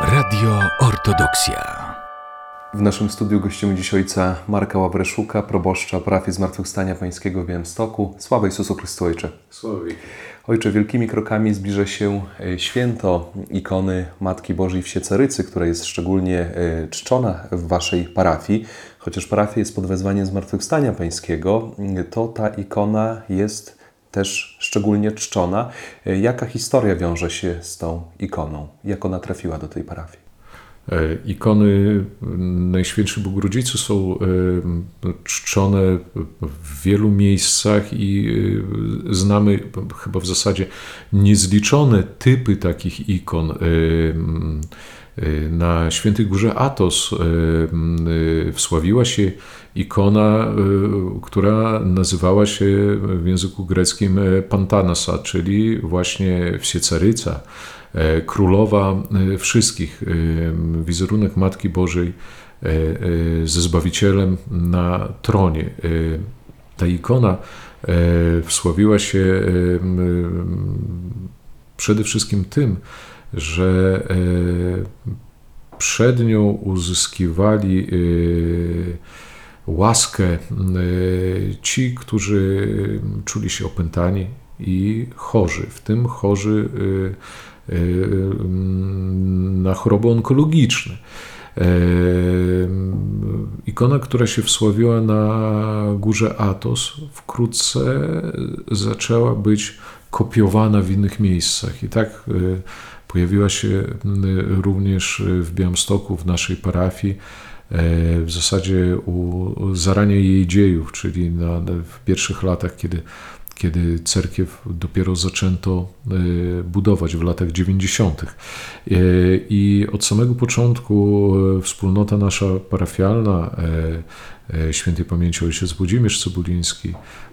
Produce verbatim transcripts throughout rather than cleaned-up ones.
Radio Ortodoksja. W naszym studiu gościmy dziś ojca Marka Ławreszuka, proboszcza parafii Zmartwychwstania Pańskiego w Białymstoku. Sława Jezusu Chrystu, Ojcze. Sława. Ojcze, wielkimi krokami zbliża się święto ikony Matki Bożej w Siecarycy, która jest szczególnie czczona w Waszej parafii. Chociaż parafia jest pod wezwaniem Zmartwychwstania Pańskiego, to ta ikona jest też szczególnie czczona. Jaka historia wiąże się z tą ikoną? Jak ona trafiła do tej parafii? Ikony Najświętszej Bogorodzicy są czczone w wielu miejscach i znamy chyba w zasadzie niezliczone typy takich ikon. Na Świętej Górze Athos wsławiła się ikona, która nazywała się w języku greckim Pantanasa, czyli właśnie Wsiecaryca, królowa wszystkich, wizerunek Matki Bożej ze Zbawicielem na tronie. Ta ikona wsławiła się przede wszystkim tym, że przed nią uzyskiwali łaskę ci, którzy czuli się opętani i chorzy, w tym chorzy na choroby onkologiczne. Ikona, która się wsławiła na Górze Athos, wkrótce zaczęła być kopiowana w innych miejscach. I tak pojawiła się również w Białymstoku, w naszej parafii, w zasadzie u zarania jej dziejów, czyli na, w pierwszych latach, kiedy, kiedy cerkiew dopiero zaczęto budować w latach dziewięćdziesiątych. I od samego początku wspólnota nasza parafialna, świętej pamięci ojciec Włodzimierz Cebuliński,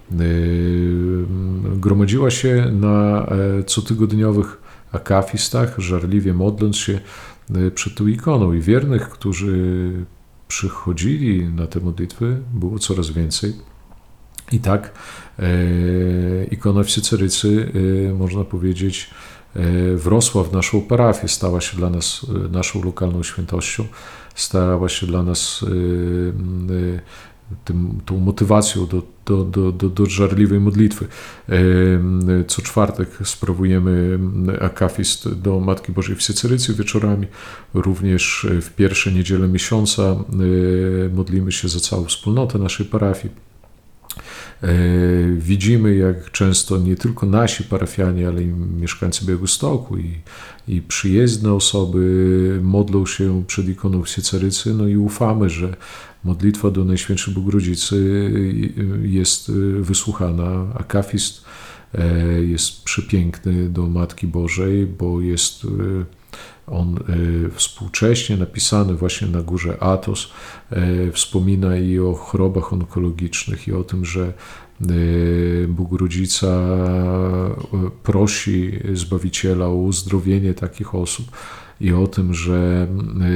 gromadziła się na cotygodniowych akafistach, żarliwie modląc się przed tą ikoną. I wiernych, którzy przychodzili na te modlitwy, było coraz więcej. I tak e, ikona w Siecarycy, e, można powiedzieć, e, wrosła w naszą parafię, stała się dla nas e, naszą lokalną świętością, stała się dla nas e, e, tym, tą motywacją do, do, do, do, do żarliwej modlitwy. Co czwartek sprawujemy akafist do Matki Bożej w Siecarycy wieczorami. Również w pierwsze niedzielę miesiąca modlimy się za całą wspólnotę naszej parafii. Widzimy, jak często nie tylko nasi parafianie, ale i mieszkańcy Białegostoku i, i przyjezdne osoby modlą się przed ikoną w Siecarycy, no i ufamy, że modlitwa do Najświętszej Bogorodzicy jest wysłuchana. Akafist jest przepiękny do Matki Bożej, bo jest on współcześnie napisany właśnie na Górze Athos, wspomina i o chorobach onkologicznych, i o tym, że Bogorodzica prosi Zbawiciela o uzdrowienie takich osób, i o tym, że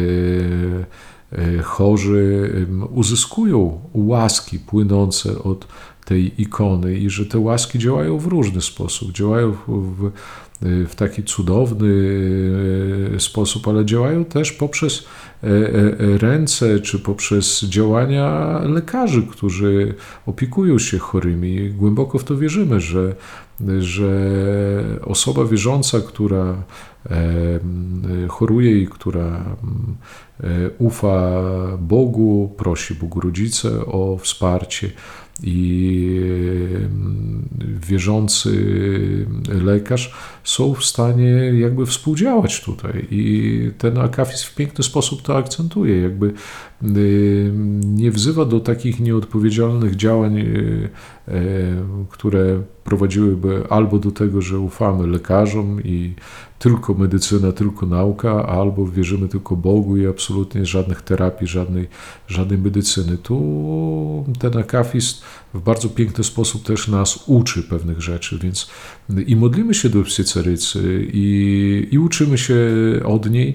chorzy uzyskują łaski płynące od tej ikony i że te łaski działają w różny sposób, działają w, w taki cudowny sposób, ale działają też poprzez ręce czy poprzez działania lekarzy, którzy opiekują się chorymi. Głęboko w to wierzymy, że, że osoba wierząca, która choruje i która ufa Bogu, prosi Bogorodzicę o wsparcie, i wierzący lekarz są w stanie jakby współdziałać tutaj. I ten akafist w piękny sposób to akcentuje, jakby nie wzywa do takich nieodpowiedzialnych działań, które prowadziłyby albo do tego, że ufamy lekarzom i tylko medycyna, tylko nauka, albo wierzymy tylko Bogu i absolutnie żadnych terapii, żadnej, żadnej medycyny. Tu ten akafist w bardzo piękny sposób też nas uczy pewnych rzeczy, więc i modlimy się do Siecarycy i, i uczymy się od niej,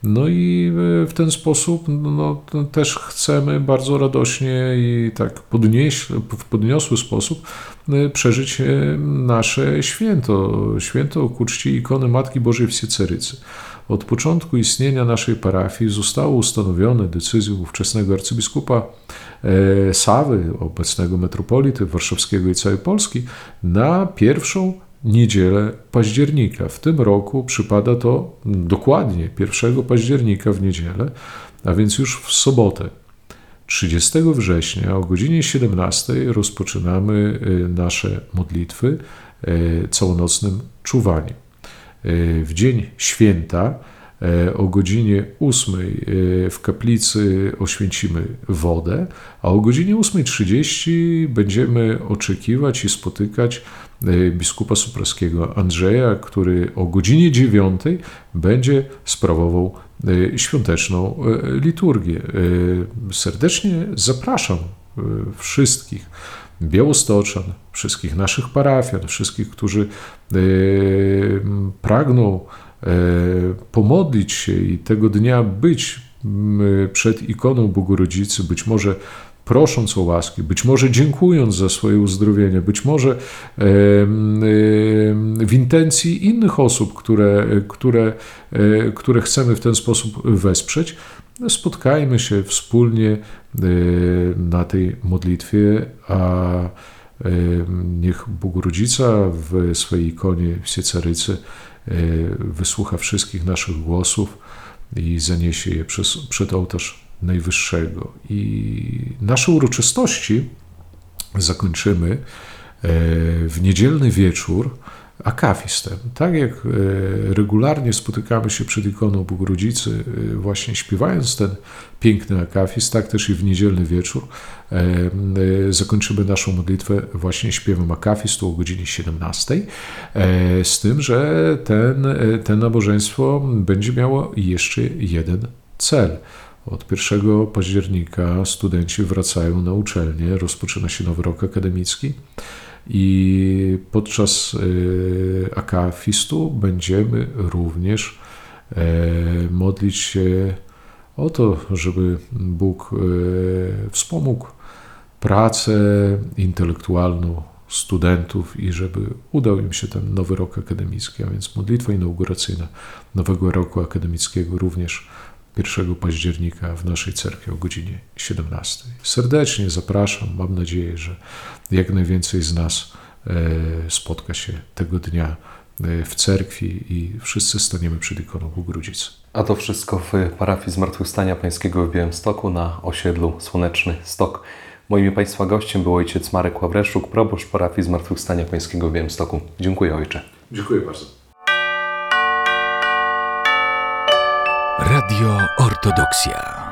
No i w ten sposób no, też chcemy bardzo radośnie i tak podnieś, w podniosły sposób przeżyć nasze święto, święto ku czci ikony Matki Bożej Wsiecarycy. Od początku istnienia naszej parafii zostało ustanowione decyzją ówczesnego arcybiskupa Sawy, obecnego metropolity warszawskiego i całej Polski, na pierwszą niedzielę października. W tym roku przypada to dokładnie pierwszego października w niedzielę, a więc już w sobotę. trzydziestego września o godzinie siedemnastej rozpoczynamy nasze modlitwy całonocnym czuwaniem. W dzień święta o godzinie ósmej w kaplicy oświęcimy wodę, a o godzinie ósma trzydzieści będziemy oczekiwać i spotykać biskupa supraskiego Andrzeja, który o godzinie dziewiątej będzie sprawował świąteczną liturgię. Serdecznie zapraszam wszystkich białostoczan, wszystkich naszych parafian, wszystkich, którzy pragną pomodlić się i tego dnia być przed ikoną Bogorodzicy, być może prosząc o łaski, być może dziękując za swoje uzdrowienie, być może w intencji innych osób, które, które, które chcemy w ten sposób wesprzeć, spotkajmy się wspólnie na tej modlitwie, a niech Bogorodzica w swojej ikonie Wsiecarycy wysłucha wszystkich naszych głosów i zaniesie je przez, przed ołtarz Najwyższego. I nasze uroczystości zakończymy w niedzielny wieczór akafistem. Tak jak regularnie spotykamy się przed ikoną Bogorodzicy, właśnie śpiewając ten piękny akafist, tak też i w niedzielny wieczór zakończymy naszą modlitwę właśnie śpiewem akafistu o godzinie siedemnastej, z tym, że ten, to nabożeństwo będzie miało jeszcze jeden cel. Od pierwszego października studenci wracają na uczelnię, rozpoczyna się nowy rok akademicki i podczas akafistu będziemy również modlić się o to, żeby Bóg wspomógł pracę intelektualną studentów i żeby udał im się ten nowy rok akademicki, a więc modlitwa inauguracyjna nowego roku akademickiego również pierwszego października w naszej cerkwi o godzinie siedemnastej. Serdecznie zapraszam, mam nadzieję, że jak najwięcej z nas spotka się tego dnia w cerkwi i wszyscy staniemy przed ikoną Bogorodzicy. A to wszystko w parafii Zmartwychwstania Pańskiego w Białymstoku na osiedlu Słoneczny Stok. Moim i Państwa gościem był ojciec Marek Ławreszuk, proboszcz parafii Zmartwychwstania Pańskiego w Białymstoku. Dziękuję, ojcze. Dziękuję bardzo. Radio Ortodoksja.